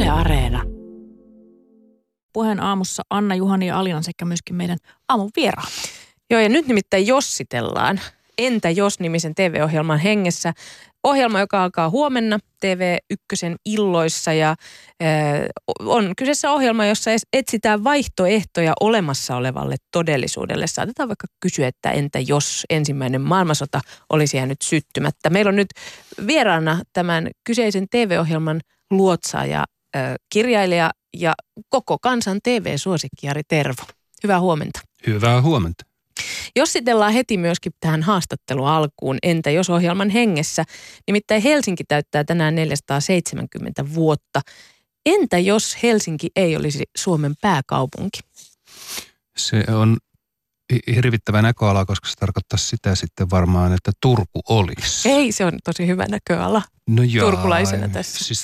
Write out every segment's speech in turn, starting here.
Yle Areena. Puheen aamussa Anna, Juhani ja Alina sekä myöskin meidän aamun vieraamme. Joo, ja nyt nimittäin jossitellaan Entä jos-nimisen TV-ohjelman hengessä. Ohjelma, joka alkaa huomenna TV1 illoissa ja on kyseessä ohjelma, jossa etsitään vaihtoehtoja olemassa olevalle todellisuudelle. Saatetaan vaikka kysyä, että entä jos ensimmäinen maailmansota olisi jäänyt syttymättä. Meillä on nyt vieraana tämän kyseisen TV-ohjelman luotsaaja, kirjailija ja koko kansan TV-suosikki Jari Tervo. Hyvää huomenta. Hyvää huomenta. Jossitellaan heti myöskin tähän haastattelun alkuun Entä jos -ohjelman hengessä. Nimittäin Helsinki täyttää tänään 470 vuotta. Entä jos Helsinki ei olisi Suomen pääkaupunki? Se on hirvittävä näköala, koska se tarkoittaa sitä sitten varmaan, että Turku olisi. Ei, se on tosi hyvä näköala. No joo, turkulaisena tässä. Siis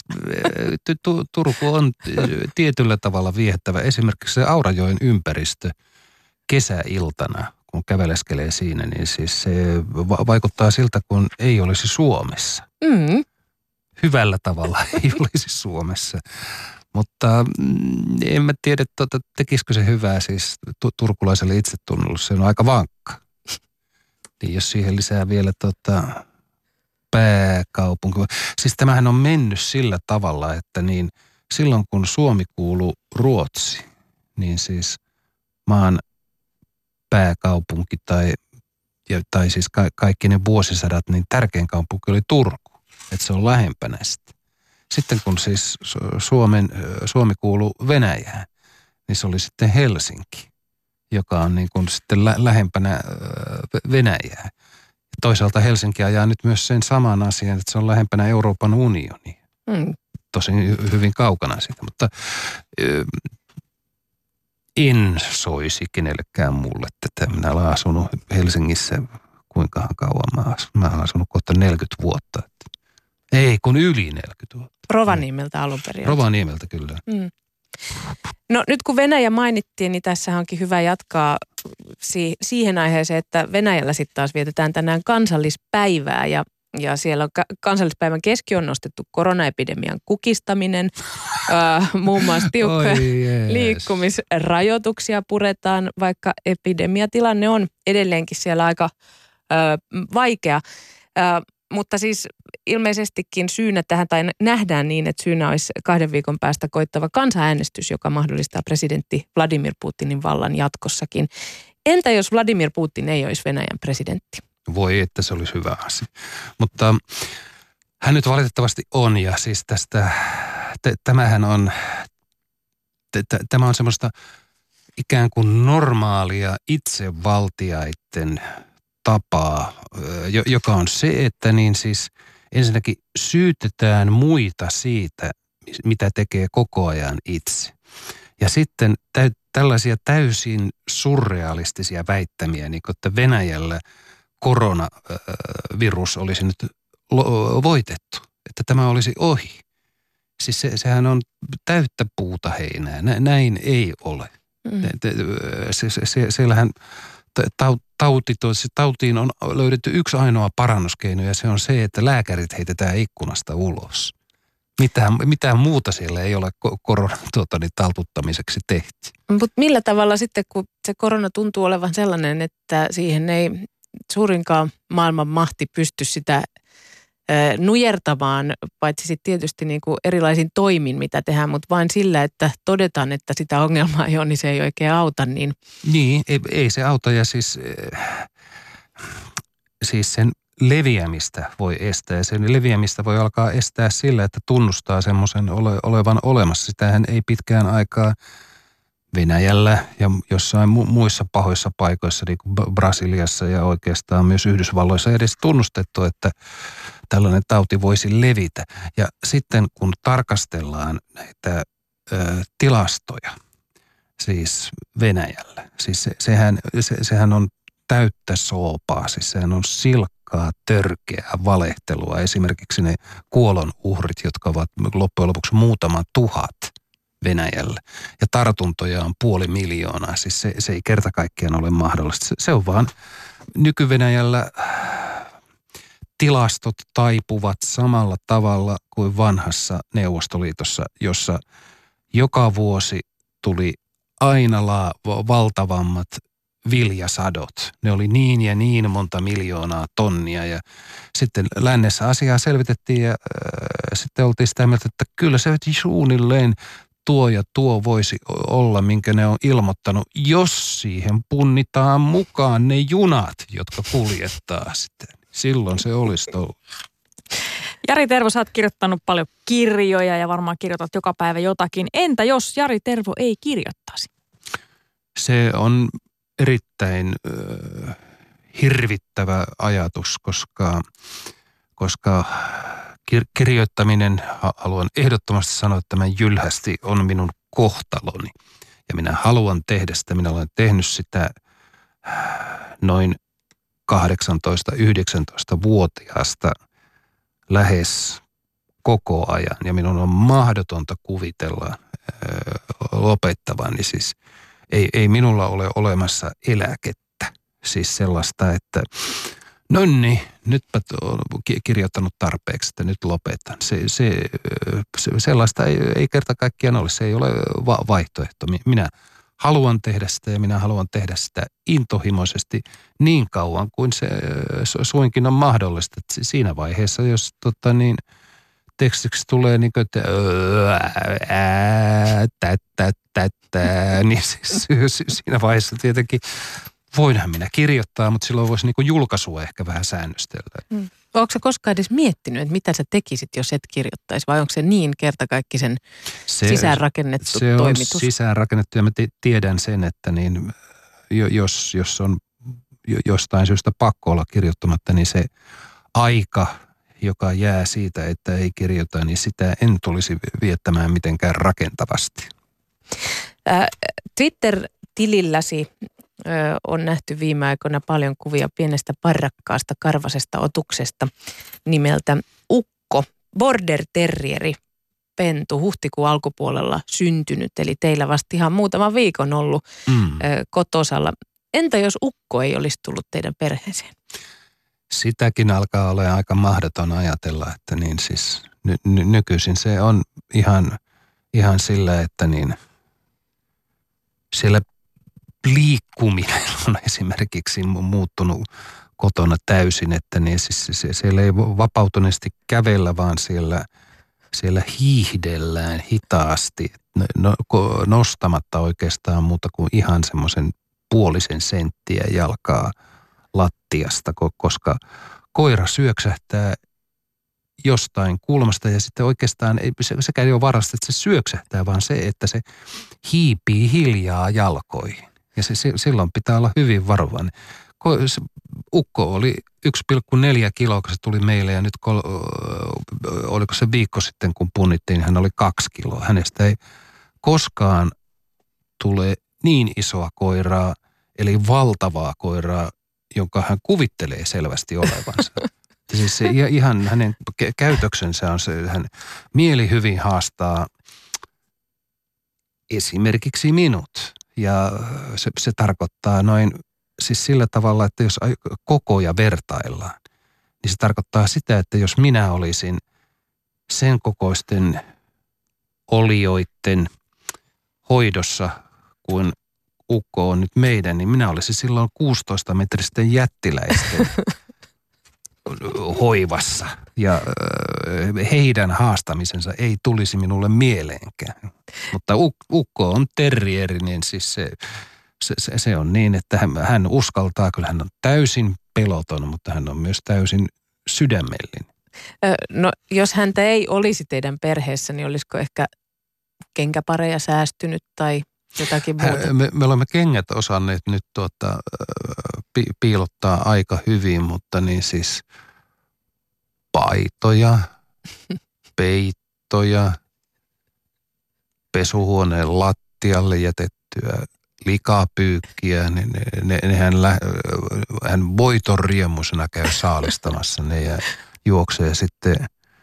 Turku on tietyllä tavalla viehättävä. Esimerkiksi se Aurajoen ympäristö kesäiltana, kun käveleskelee siinä, niin siis se vaikuttaa siltä, kun ei olisi Suomessa. Hyvällä tavalla ei olisi Suomessa. Mutta en mä tiedä, tekisikö se hyvää siis turkulaiselle itsetunnolle. Se on aika vankka. Niin jos siihen lisää vielä pääkaupunki. Siis tämähän on mennyt sillä tavalla, että niin silloin kun Suomi kuului Ruotsi, niin siis maan pääkaupunki tai siis kaikki ne vuosisadat, niin tärkein kaupunki oli Turku. Että se on lähempänä sitä. Sitten kun siis Suomi kuului Venäjään, niin se oli sitten Helsinki, joka on niin kuin sitten lähempänä Venäjää. Ja toisaalta Helsinki ajaa nyt myös sen saman asian, että se on lähempänä Euroopan unionia. Tosin hyvin kaukana siitä, mutta en soisi kenellekään mulle tätä. Minä olen asunut Helsingissä kuinkahan kauan mä olen asunut kohta 40 vuotta. Ei, kun yli 40 vuotta. Rovaniemeltä alun perin. Rovaniemeltä kyllä. No nyt kun Venäjä mainittiin, niin tässä onkin hyvä jatkaa siihen aiheeseen, että Venäjällä sitten taas vietetään tänään kansallispäivää ja siellä on kansallispäivän keski on nostettu koronaepidemian kukistaminen. Muun muassa tiukkoja liikkumisrajoituksia puretaan, vaikka epidemiatilanne on edelleenkin siellä aika vaikea. Mutta siis ilmeisestikin syynä tähän, tai nähdään niin, että syynä olisi 2 viikon päästä koittava kansanäänestys, joka mahdollistaa presidentti Vladimir Putinin vallan jatkossakin. Entä jos Vladimir Putin ei olisi Venäjän presidentti? Voi, että se olisi hyvä asia. Mutta hän nyt valitettavasti on, ja siis tämä on semmoista ikään kuin normaalia itsevaltiaiden tapaa, joka on se, että niin siis ensinnäkin syytetään muita siitä, mitä tekee koko ajan itse. Ja sitten tällaisia täysin surrealistisia väittämiä, niin kuin että Venäjällä koronavirus olisi nyt voitettu, että tämä olisi ohi. Siis sehän on täyttä puuta heinää. Näin ei ole. Siellähän tautiin on löydetty yksi ainoa parannuskeino, ja se on se, että lääkärit heitetään ikkunasta ulos. Mitään muuta siellä ei ole koronan taltuttamiseksi tehty. Mutta millä tavalla sitten, kun se korona tuntuu olevan sellainen, että siihen ei suurinkaan maailman mahti pysty sitä nujertamaan, paitsi sitten tietysti niin kuin erilaisin toimin, mitä tehdään, mutta vain sillä, että todetaan, että sitä ongelmaa ei ole, niin se ei oikein auta. Niin ei se auta, ja siis sen leviämistä voi estää. Ja sen leviämistä voi alkaa estää sillä, että tunnustaa semmoisen olevan olemassa. Sitähän ei pitkään aikaa Venäjällä ja jossain muissa pahoissa paikoissa, niin kuin Brasiliassa ja oikeastaan myös Yhdysvalloissa edes tunnustettu, että tällainen tauti voisi levitä. Ja sitten kun tarkastellaan näitä tilastoja, siis Venäjällä, siis sehän on täyttä soopaa, siis sehän on silkkaa, törkeää valehtelua. Esimerkiksi ne kuolonuhrit, jotka ovat loppujen lopuksi muutama tuhat Venäjällä. Ja tartuntoja on 500 000, siis se ei kerta kaikkiaan ole mahdollista. Se on vaan nyky-Venäjällä tilastot taipuvat samalla tavalla kuin vanhassa Neuvostoliitossa, jossa joka vuosi tuli aina valtavammat viljasadot. Ne oli niin ja niin monta miljoonaa tonnia ja sitten lännessä asiaa selvitettiin ja sitten oltiin sitä mieltä, että kyllä se suunnilleen tuo ja tuo voisi olla, minkä ne on ilmoittanut, jos siihen punnitaan mukaan ne junat, jotka kuljettaa sitä. Silloin se olisi ollut. Jari Tervo, sä oot kirjoittanut paljon kirjoja ja varmaan kirjoitat joka päivä jotakin. Entä jos Jari Tervo ei kirjoittaisi? Se on erittäin hirvittävä ajatus, koska kirjoittaminen, haluan ehdottomasti sanoa tämän jylhästi, on minun kohtaloni. Ja minä haluan tehdä sitä. Minä olen tehnyt sitä noin 18-19-vuotiaasta lähes koko ajan. Ja minun on mahdotonta kuvitella lopettavani. Siis ei minulla ole olemassa eläkettä. Siis sellaista, että no niin, nytpä kirjoittanut tarpeeksi, että nyt lopetan. Sellaista ei kerta kaikkiaan ole. Se ei ole vaihtoehto. Minä haluan tehdä sitä ja minä haluan tehdä sitä intohimoisesti niin kauan kuin se suinkin on mahdollista. Että siinä vaiheessa, jos tekstiksi tulee niin kuin, niin siis siinä vaiheessa tietenkin voinhan minä kirjoittaa, mutta silloin voisi niin kuin julkaisua ehkä vähän säännöstellä. Onko sä koskaan edes miettinyt, että mitä sä tekisit, jos et kirjoittaisi? Vai onko se niin kertakaikkisen sisäänrakennettu toimitus? Se on sisäänrakennettu ja mä tiedän sen, että niin, jos on jostain syystä pakko olla kirjoittamatta, niin se aika, joka jää siitä, että ei kirjoita, niin sitä en tulisi viettämään mitenkään rakentavasti. Twitter-tililläsi on nähty viime aikoina paljon kuvia pienestä parrakkaasta karvasesta otuksesta nimeltä Ukko, border terrieri, pentu, huhtikuun alkupuolella syntynyt, eli teillä vasta ihan muutaman viikon ollut kotosalla. Entä jos Ukko ei olisi tullut teidän perheeseen? Sitäkin alkaa olla aika mahdoton ajatella, että niin siis nykyisin se on ihan sillä, että niin siellä liikkuminen on esimerkiksi muuttunut kotona täysin, että niin siis siellä ei vapautuneesti kävellä, vaan siellä hiihdellään hitaasti, nostamatta oikeastaan muuta kuin ihan semmoisen puolisen senttiä jalkaa lattiasta, koska koira syöksähtää jostain kulmasta ja sitten oikeastaan sekään ei ole varasta, että se syöksähtää, vaan se, että se hiipii hiljaa jalkoihin. Ja silloin pitää olla hyvin varovainen. Ukko oli 1,4 kiloa, kun se tuli meille ja nyt oliko se viikko sitten, kun punnittiin, hän oli 2 kiloa. Hänestä ei koskaan tule niin isoa koiraa, eli valtavaa koiraa, jonka hän kuvittelee selvästi olevansa. Siis se ihan hänen käytöksensä on se, hän mieli hyvin haastaa esimerkiksi minut. Ja se tarkoittaa noin siis sillä tavalla, että jos kokoja vertaillaan, niin se tarkoittaa sitä, että jos minä olisin sen kokoisten olioiden hoidossa kuin Ukko on nyt meidän, niin minä olisin silloin 16-metristen jättiläisten hoivassa ja heidän haastamisensa ei tulisi minulle mieleenkään. Mutta Ukko on terrieri, niin siis se on niin, että hän uskaltaa, kyllä hän on täysin peloton, mutta hän on myös täysin sydämellinen. No jos häntä ei olisi teidän perheessä, niin olisiko ehkä kenkäpareja säästynyt tai jotakin muuta? Me olemme kengät osanneet nyt piilottaa aika hyvin, mutta niin siis paitoja, peittoja, pesuhuoneen lattialle jätettyä likapyykkiä, hän voiton riemuisena käy saalistamassa ne ja juoksee sitten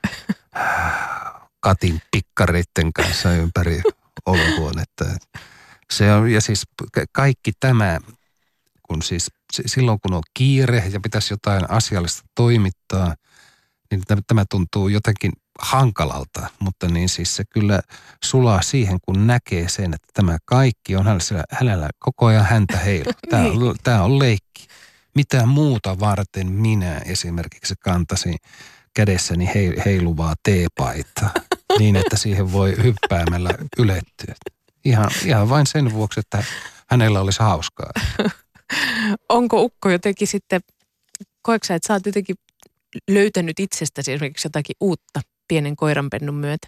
Katin pikkareiden kanssa ympäri olohuonetta. Se on, ja siis kaikki tämä, kun siis silloin kun on kiire ja pitäisi jotain asiallista toimittaa, niin tämä tuntuu jotenkin hankalalta, mutta niin siis se kyllä sulaa siihen, kun näkee sen, että tämä kaikki on hänellä koko ajan häntä heilu. Tämä on leikki. Mitä muuta varten minä esimerkiksi kantasin kädessäni heiluvaa teepaitaa niin, että siihen voi hyppäämällä ylettyä. Ihan vain sen vuoksi, että hänellä olisi hauskaa. Onko ukko jotenkin sitten, koetko sä, että sä oot jotenkin löytänyt itsestäsi esimerkiksi jotakin uutta pienen koiranpennun myötä?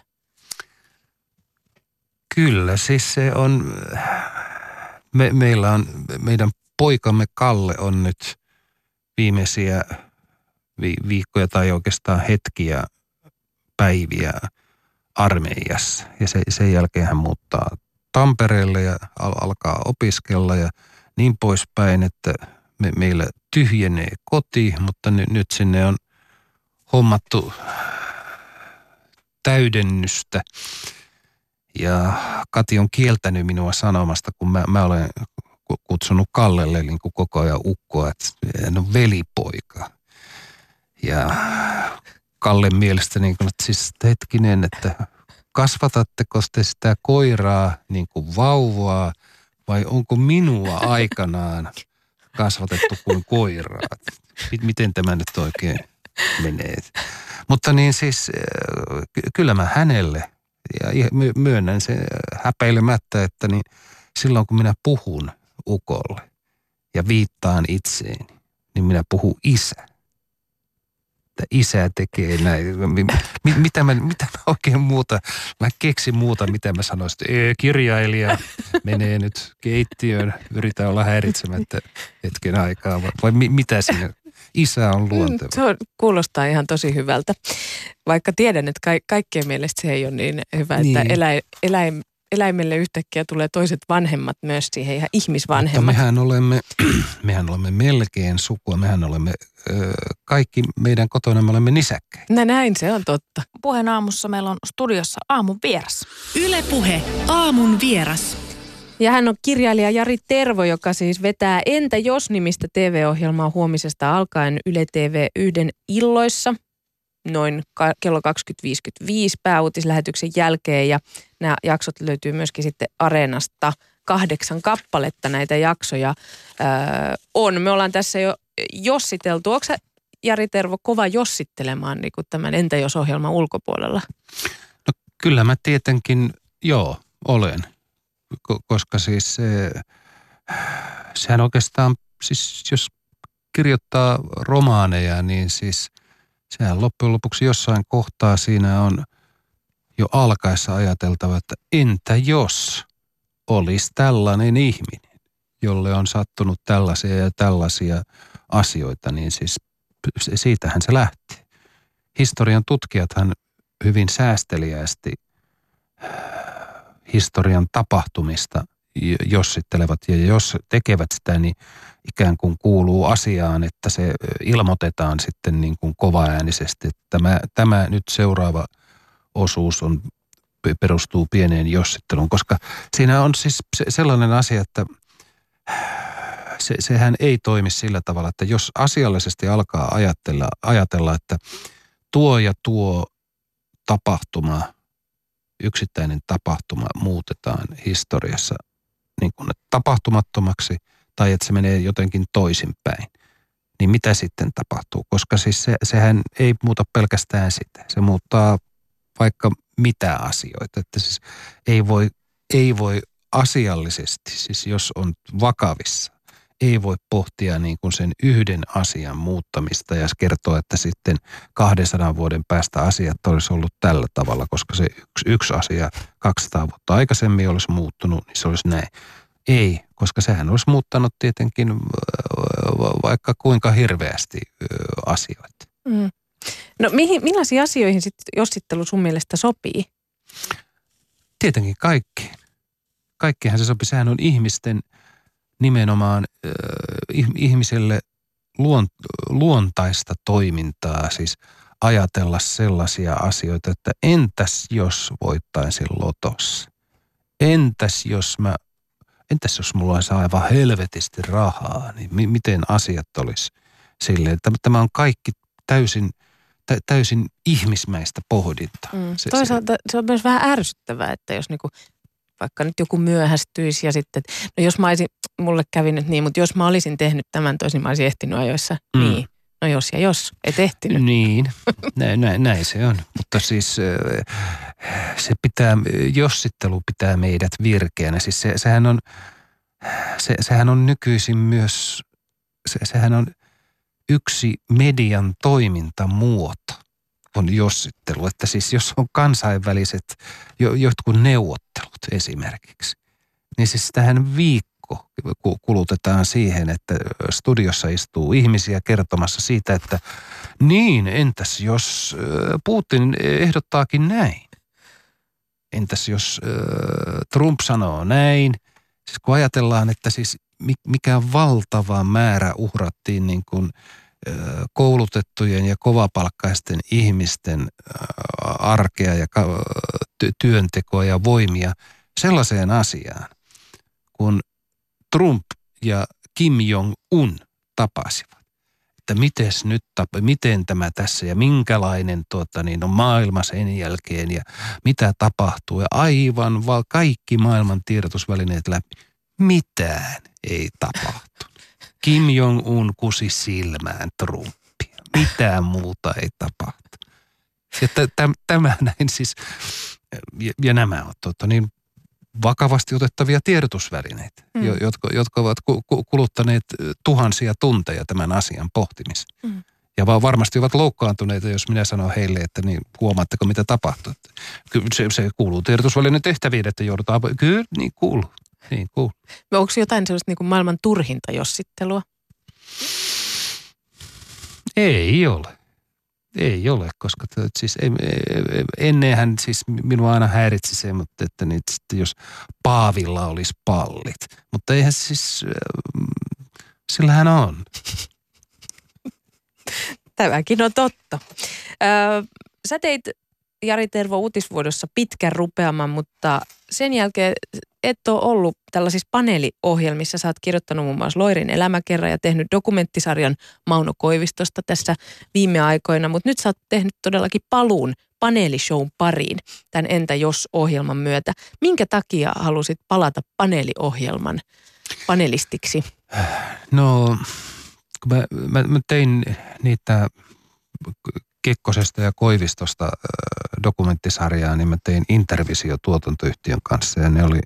Kyllä, siis se on, meidän poikamme Kalle on nyt viimeisiä viikkoja tai oikeastaan hetkiä, päiviä armeijassa. Ja sen jälkeen hän muuttaa Tampereelle ja alkaa opiskella ja niin poispäin, että meillä tyhjenee koti, mutta nyt sinne on hommattu täydennystä. Ja Kati on kieltänyt minua sanomasta, kun mä olen kutsunut Kallelle niin kuin koko ajan ukkoa, että hän on velipoika. Ja Kallen mielestä niin kuin, että siis hetkinen, että kasvatatteko te sitä koiraa niin kuin vauvaa vai onko minua aikanaan kasvatettu kuin koiraa? Miten tämä nyt oikein menee? Mutta niin siis kyllä mä hänelle ja myönnän sen häpeilemättä, että niin silloin kun minä puhun ukolle ja viittaan itseeni, niin minä puhun isä. Että isä tekee näin. Mitä mä oikein muuta, mä keksin muuta, mitä mä sanoisin. Kirjailija menee nyt keittiöön, yritän olla häiritsemättä hetken aikaa. Vai mitä siinä? Isä on luonteva. Se kuulostaa ihan tosi hyvältä. Vaikka tiedän, että kaikkien mielestä se ei ole niin hyvä, niin. Että eläimelle yhtäkkiä tulee toiset vanhemmat myös siihen, ihan ihmisvanhemmat. Mutta mehän olemme melkein sukua. Mehän olemme kaikki meidän kotona, me olemme nisäkkäitä. Näin se on totta. Puheen aamussa meillä on studiossa aamun vieras. Yle Puhe, aamun vieras. Ja hän on kirjailija Jari Tervo, joka siis vetää Entä jos-nimistä TV-ohjelmaa huomisesta alkaen Yle TV1 illoissa. Noin kello 20.55 pääuutislähetyksen jälkeen ja nämä jaksot löytyy myöskin sitten Areenasta 8 kappaletta näitä jaksoja on. Me ollaan tässä jo jossiteltu. Onko sä, Jari Tervo, kova jossittelemaan niin kuin tämän Entä jos-ohjelman ulkopuolella? No kyllä mä tietenkin, olen. Koska siis sehän oikeastaan, siis jos kirjoittaa romaaneja, niin siis sehän loppujen lopuksi jossain kohtaa siinä on jo alkaessa ajateltava, että entä jos olisi tällainen ihminen, jolle on sattunut tällaisia ja tällaisia asioita, niin siis siitähän se lähti. Historian tutkijathan hyvin säästeliästi historian tapahtumista jossittelevat ja jos tekevät sitä, niin ikään kuin kuuluu asiaan, että se ilmoitetaan sitten niin kuin kovaäänisesti, että tämä nyt seuraava osuus perustuu pieneen jossitteluun, koska siinä on siis sellainen asia, että sehän ei toimi sillä tavalla, että jos asiallisesti alkaa ajatella, että tuo ja tuo tapahtuma, yksittäinen tapahtuma muutetaan historiassa niin kuin tapahtumattomaksi tai että se menee jotenkin toisinpäin, niin mitä sitten tapahtuu? Koska siis sehän ei muuta pelkästään sitä. Se muuttaa vaikka mitä asioita. Että siis ei voi asiallisesti, siis jos on vakavissa, ei voi pohtia niin kuin sen yhden asian muuttamista ja kertoa, että sitten 200 vuoden päästä asiat olisi ollut tällä tavalla, koska se yksi asia 200 vuotta aikaisemmin olisi muuttunut, niin se olisi näin. Ei, koska sehän olisi muuttanut tietenkin vaikka kuinka hirveästi asioita. Mm. No millaisiin asioihin sitten jossittelu sun mielestä sopii? Tietenkin kaikki. Kaikkihan se sopii. Sehän on ihmisten nimenomaan ihmiselle luontaista toimintaa, siis ajatella sellaisia asioita, että entäs jos voittaisin lotossa? Entäs jos mä entäs jos mulla olisi aivan helvetisti rahaa, niin miten asiat olisi silleen. Tämä on kaikki täysin ihmismäistä pohdintaa. Toisaalta se on myös vähän ärsyttävää, että jos niinku, vaikka nyt joku myöhästyisi ja sitten, no jos mä olisin, mulle kävi nyt niin, mutta jos mä olisin tehnyt tämän toisin, mä olisin ehtinyt ajoissa. Niin, no jos, et ehtinyt. Niin, näin se on. Mutta siis jossittelu pitää meidät virkeänä. Siis sehän on nykyisin myös, sehän on yksi median toimintamuoto on jossittelu. Että siis jos on kansainväliset jotkut neuvottelut esimerkiksi, niin siis tähän viikko kulutetaan siihen, että studiossa istuu ihmisiä kertomassa siitä, että niin, entäs jos Putin ehdottaakin näin? Entäs jos Trump sanoo näin? Siis kun ajatellaan, että siis mikä valtava määrä uhrattiin niin kuin koulutettujen ja kovapalkkaisten ihmisten arkea ja työntekoa ja voimia sellaiseen asiaan, kun Trump ja Kim Jong-un tapasivat. Että miten tämä tässä ja minkälainen on maailma sen jälkeen ja mitä tapahtuu. Ja aivan kaikki maailman tiedotusvälineet läpi. Mitään ei tapahtu. Kim Jong-un kusi silmään Trumpia. Mitään muuta ei tapahtu. Ja tämä näin siis, ja nämä ovat niin vakavasti otettavia tiedotusvälineitä, jotka ovat kuluttaneet tuhansia tunteja tämän asian pohtimiseen. Ja varmasti ovat loukkaantuneita, jos minä sanon heille, että niin huomaatteko mitä tapahtuu. Kyllä se kuuluu tiedotusvälineen tehtäviin, että joudutaan, kyllä niin kuuluu. Niin, cool. Onko jotain sellaista niin kuin maailman turhinta jossittelua? Ei ole, koska siis ennenhän siis minua aina häiritsi se, mutta että niin, jos Paavilla olisi pallit. Mutta eihän siis, sillähän on. Tämäkin on totta. Sä teit, Jari Tervo, Uutisvuodossa pitkän rupeaman, mutta sen jälkeen et ole ollut tällaisissa paneeliohjelmissa. Sä oot kirjoittanut muun muassa Loirin elämäkerran ja tehnyt dokumenttisarjan Mauno Koivistosta tässä viime aikoina, mutta nyt sä oot tehnyt todellakin paluun paneelishown pariin tämän Entä jos-ohjelman myötä. Minkä takia halusit palata paneeliohjelman panelistiksi? No, kun mä tein niitä Kekkosesta ja Koivistosta dokumenttisarjaa, niin mä tein Intervisio-tuotantoyhtiön kanssa ja ne oli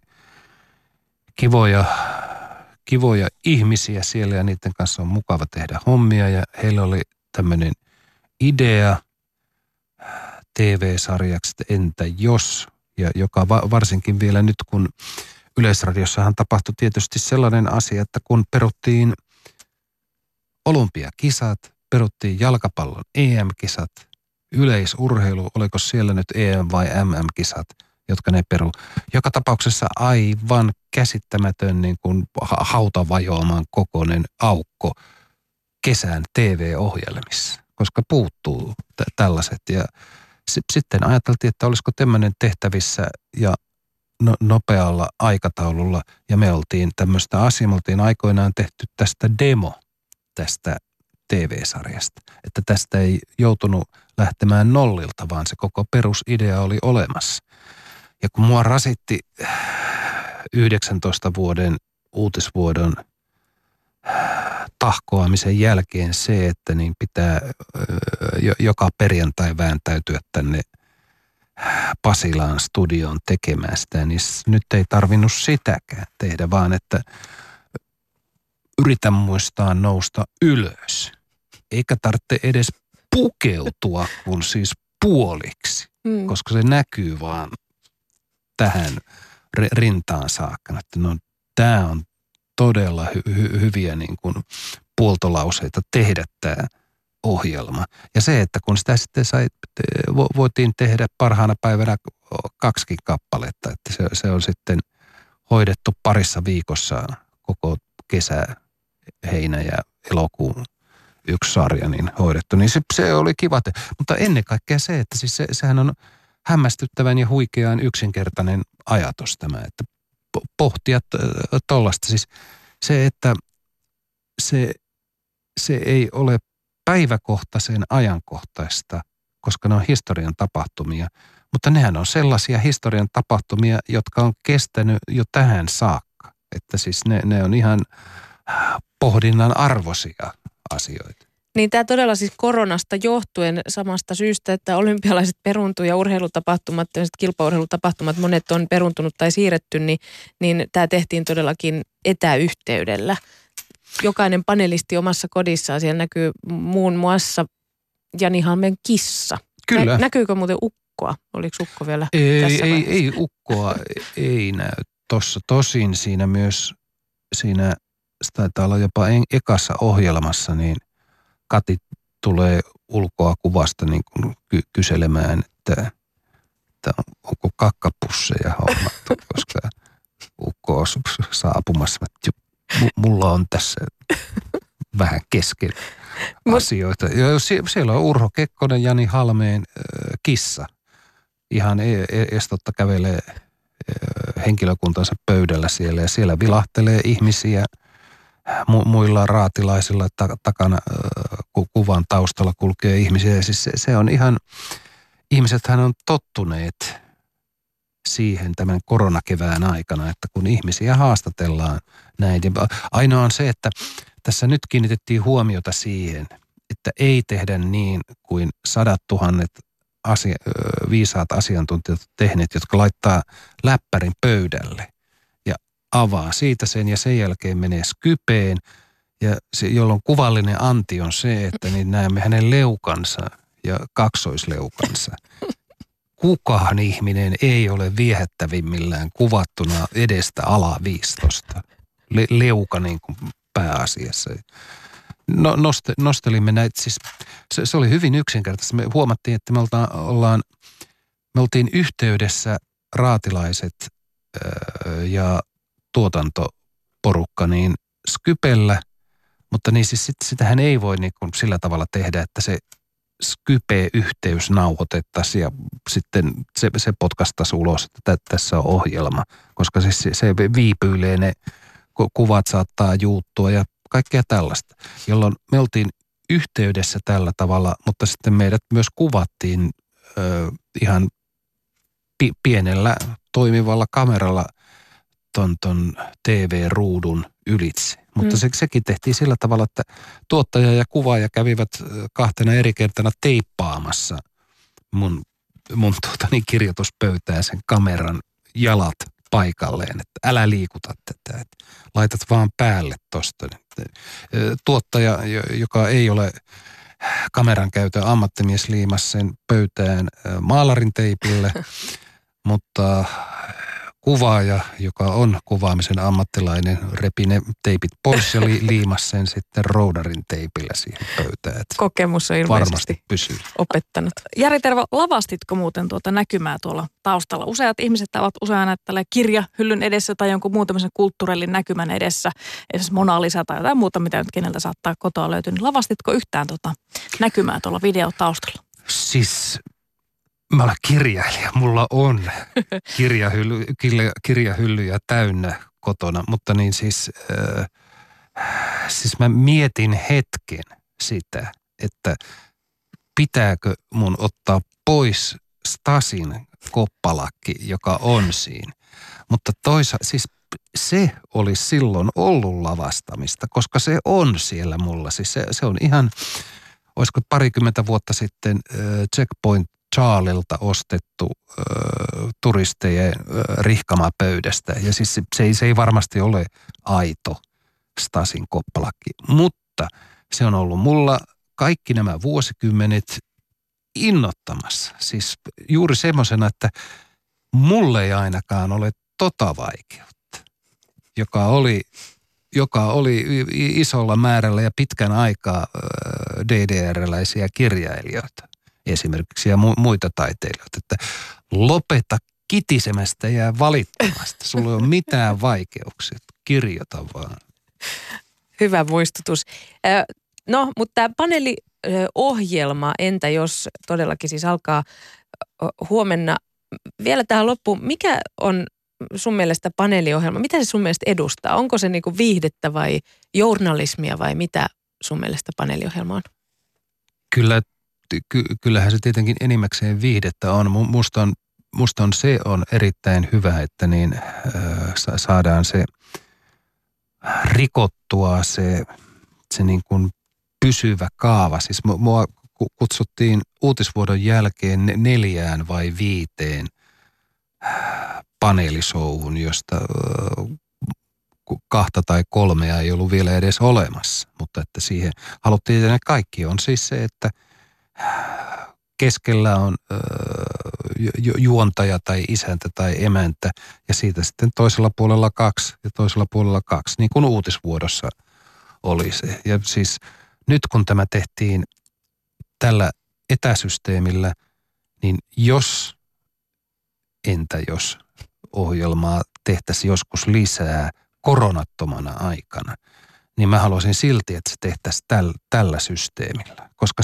kivoja ihmisiä siellä ja niiden kanssa on mukava tehdä hommia ja heillä oli tämmöinen idea TV-sarjaksi, että Entä jos, ja joka varsinkin vielä nyt kun Yleisradiossahan tapahtui tietysti sellainen asia, että kun peruttiin olympiakisat, peruttiin jalkapallon EM-kisat, yleisurheilu, oliko siellä nyt EM- vai MM-kisat, jotka ne peru. Joka tapauksessa aivan käsittämätön niin kuin hautavajoaman kokoinen aukko kesän TV-ohjelmissa, koska puuttuu tällaiset. Ja sitten ajateltiin, että olisiko tämmöinen tehtävissä ja nopealla aikataululla. Ja me oltiin tämmöistä asiaa, me oltiin aikoinaan tehty tästä demo tästä TV-sarjasta. Että tästä ei joutunut lähtemään nollilta, vaan se koko perusidea oli olemassa. Ja kun mua rasitti 19 vuoden uutisvuodon tahkoamisen jälkeen se, että niin pitää joka perjantai vääntäytyä tänne Pasilaan studioon tekemään sitä, niin nyt ei tarvinnut sitäkään tehdä, vaan että yritän muistaa nousta ylös. Eikä tarvitse edes pukeutua, kun siis puoliksi, koska se näkyy vaan tähän rintaan saakka. Että no, tämä on todella hyviä niin kuin puoltolauseita tehdä tämä ohjelma. Ja se, että kun sitä sitten voitiin tehdä parhaana päivänä 2 kappaletta, että se on sitten hoidettu parissa viikossa koko kesä, heinä ja elokuun 1 sarja niin hoidettu, niin se oli kiva. Mutta ennen kaikkea se, että siis sehän on hämmästyttävän ja huikean yksinkertainen ajatus tämä, että pohtia tollaista. Siis se, että se ei ole päiväkohtaisen ajankohtaista, koska ne on historian tapahtumia. Mutta nehän on sellaisia historian tapahtumia, jotka on kestänyt jo tähän saakka. Että siis ne on ihan pohdinnan arvoisia asioita. Niin tämä todella siis koronasta johtuen samasta syystä, että olympialaiset peruuntuu ja urheilutapahtumat, kilpaurheilutapahtumat, monet on peruuntunut tai siirretty, niin tämä tehtiin todellakin etäyhteydellä. Jokainen panelisti omassa kodissaan, siellä näkyy muun muassa Jani Halmeen kissa. Kyllä. Näkyykö muuten ukkoa? Oliko ukko vielä tässä vaiheessa? Ei ukkoa ei näy tuossa. Tosin siinä se taitaa olla jopa ekassa ohjelmassa, niin Kati tulee ulkoa kuvasta niin kuin kyselemään, että onko kakkapusseja hommattu, koska ukko on saapumassa. Mulla on tässä vähän kesken asioita. Ja siellä on Urho Kekkonen, Jani Halmeen kissa. Ihan estotta kävelee henkilökuntansa pöydällä siellä ja siellä vilahtelee ihmisiä. Muilla raatilaisilla takana kuvan taustalla kulkee ihmisiä. Ja siis se on ihan, ihmisethän on tottuneet siihen tämän koronakevään aikana, että kun ihmisiä haastatellaan näin. Ja ainoa on se, että tässä nyt kiinnitettiin huomiota siihen, että ei tehdä niin kuin 100 000 viisaat asiantuntijat tehneet, jotka laittaa läppärin pöydälle ja avaa siitä sen ja sen jälkeen menee Skypeen, ja jolloin kuvallinen anti on se, että niin näemme hänen leukansa ja kaksoisleukansa. Kukaan ihminen ei ole viehättävimmillään kuvattuna edestä alaviistosta. Leuka niin kuin pääasiassa. No, nostelimme näitä, siis se oli hyvin yksinkertaista. Me huomattiin, että me oltiin yhteydessä raatilaiset ja tuotantoporukka niin Skypellä, mutta niin siis sitähän ei voi niin kuin sillä tavalla tehdä, että se Skype-yhteys nauhoitettaisiin ja sitten se potkastaisiin ulos, että tässä on ohjelma, koska siis se viipyilee, ne kuvat saattaa juuttua ja kaikkea tällaista, jolloin me oltiin yhteydessä tällä tavalla, mutta sitten meidät myös kuvattiin ihan pienellä toimivalla kameralla ton TV-ruudun ylitse. Mutta sekin tehtiin sillä tavalla, että tuottaja ja kuvaaja kävivät kahtena eri kertana teippaamassa mun kirjoituspöytään sen kameran jalat paikalleen, että älä liikuta tätä, että laitat vaan päälle tosta. Tuottaja, joka ei ole kameran käytön ammattimies, liimasi sen pöytään maalarin teipille, mutta kuvaaja, joka on kuvaamisen ammattilainen, repi ne teipit pois ja liimasi sen sitten roudarin teipillä siihen pöytään. Kokemus on ilmeisesti varmasti pysyy opettanut. Jari Tervo, lavastitko muuten tuota näkymää tuolla taustalla? Useat ihmiset ovat usein aina tällä kirjahyllyn edessä tai jonkun muun tämmöisen kulttuurillinen näkymän edessä, esimerkiksi Mona Lisa tai jotain muuta, mitä nyt keneltä saattaa kotoa löytyä. Niin lavastitko yhtään tuota näkymää tuolla videotaustalla? Siis mä olen kirjailija, mulla on kirjahyllyjä täynnä kotona, mutta niin siis mä mietin hetken sitä, että pitääkö mun ottaa pois Stasin koppalakki, joka on siinä. Mutta toisaalta siis se olisi silloin ollut lavastamista, koska se on siellä mulla. Siis se on ihan, olisiko 20 vuotta sitten Checkpoint Charlelta ostettu turistejen rihkamapöydästä. Ja siis se ei varmasti ole aito Stasin koppalakki, mutta se on ollut mulla kaikki nämä vuosikymmenet innoittamassa. Siis juuri semmoisena, että mulle ei ainakaan ole vaikeutta, joka oli isolla määrällä ja pitkän aikaa DDR-läisiä kirjailijoita esimerkiksi ja muita taiteilijoita, että lopeta kitisemästä ja valittamasta. Sulla ei ole mitään vaikeuksia, kirjoita vaan. Hyvä muistutus. No, mutta tämä paneeliohjelma, entä jos todellakin siis alkaa huomenna. Vielä tähän loppuun, mikä on sun mielestä paneeliohjelma, mitä se sun mielestä edustaa? Onko se niinku viihdettä vai journalismia vai mitä sun mielestä paneeliohjelma on? Kyllähän se tietenkin enimmäkseen viihdettä on. Musta se on erittäin hyvä, että saadaan se rikottua se niin kuin pysyvä kaava. Siis mua kutsuttiin uutisvuodon jälkeen 4 vai 5 paneelisouhun, josta 2 tai 3 ei ollut vielä edes olemassa. Mutta että siihen haluttiin, että ne kaikki on siis se, että keskellä on juontaja tai isäntä tai emäntä ja siitä sitten toisella puolella 2 ja toisella puolella 2, niin kuin uutisvuodossa oli se. Ja siis nyt kun tämä tehtiin tällä etäsysteemillä, niin entä jos ohjelmaa tehtäisiin joskus lisää koronattomana aikana, niin mä haluaisin silti, että se tehtäisiin tällä systeemillä, koska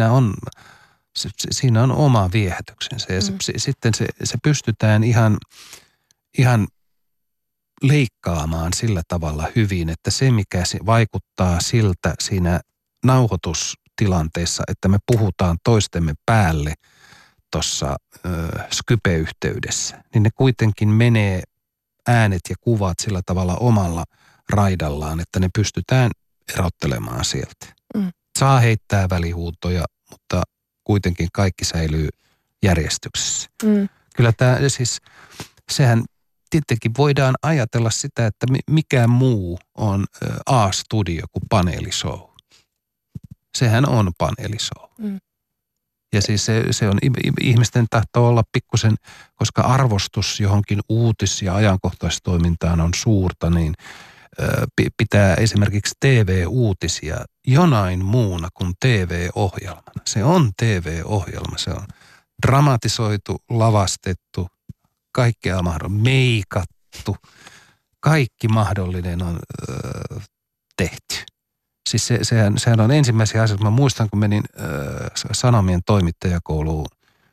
siinä on oma viehätyksensä ja sitten se pystytään ihan leikkaamaan sillä tavalla hyvin, että se mikä vaikuttaa siltä siinä nauhoitustilanteessa, että me puhutaan toistemme päälle tuossa Skype-yhteydessä, niin ne kuitenkin menee äänet ja kuvat sillä tavalla omalla raidallaan, että ne pystytään erottelemaan sieltä. Saa heittää välihuutoja, mutta kuitenkin kaikki säilyy järjestyksessä. Kyllä tämä siis, sehän tietenkin voidaan ajatella sitä, että mikä muu on A-studio kuin paneelishow. Sehän on paneelishow. Ja siis se on, ihmisten tahtoo olla pikkusen, koska arvostus johonkin uutis- ja ajankohtaistoimintaan on suurta, niin pitää esimerkiksi TV-uutisia jonain muuna kuin TV-ohjelmana. Se on TV-ohjelma, se on dramatisoitu, lavastettu, kaikkea mahdollista, meikattu, kaikki mahdollinen on tehty. Siis sehän on ensimmäisiä asioita. Mä muistan, kun menin Sanomien toimittajakouluun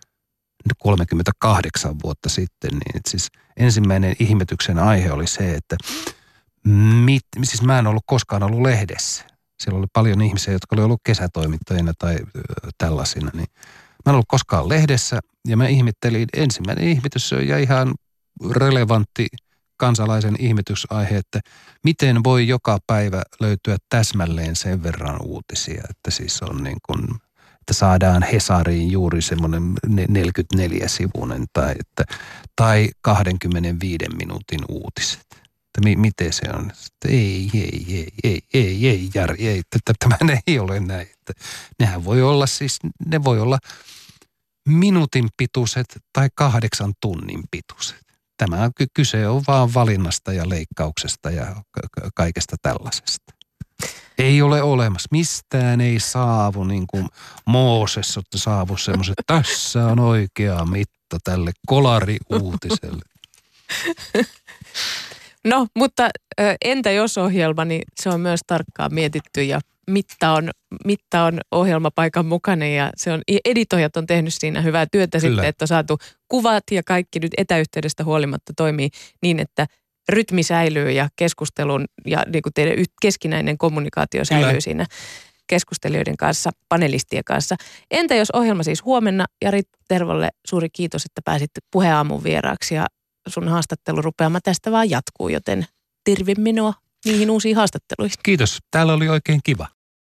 38 vuotta sitten, niin siis ensimmäinen ihmetyksen aihe oli se, että siis mä en ollut koskaan ollut lehdessä. Siellä oli paljon ihmisiä, jotka oli ollut kesätoimittajina tai tällaisina, niin mä en ollut koskaan lehdessä ja mä ihmettelin, ensimmäinen ihmetys ja ihan relevantti kansalaisen ihmetysaihe, että miten voi joka päivä löytyä täsmälleen sen verran uutisia, että siis on niin kuin, että saadaan Hesariin juuri semmoinen 44-sivuinen tai 25 minuutin uutiset. Että miten se on? Että ei, Jari, ei, tämä ei ole näin. Että nehän voi olla siis, ne voi olla minuutin pituiset tai 8 tunnin pituiset. Tämä kyse on vaan valinnasta ja leikkauksesta ja kaikesta tällaisesta. Ei ole olemassa. Mistään ei saavu niin kuin Mooses saavu semmoiset, tässä on oikea mitta tälle kolariuutiselle. No, mutta entä jos ohjelma, niin se on myös tarkkaan mietitty ja mitta on ohjelmapaikan mukana ja se on, editoijat on tehnyt siinä hyvää työtä Kyllä. sitten, että on saatu kuvat ja kaikki nyt etäyhteydestä huolimatta toimii niin, että rytmi säilyy ja keskustelun ja niin kuin teidän keskinäinen kommunikaatio säilyy Kyllä. siinä keskustelijoiden kanssa, panelistien kanssa. Entä jos ohjelma siis huomenna? Jari Tervolle suuri kiitos, että pääsit Puheaamun vieraaksi ja sun haastattelurupeama tästä vaan jatkuu, joten terve minua niihin uusiin haastatteluihin. Kiitos. Täällä oli oikein kiva.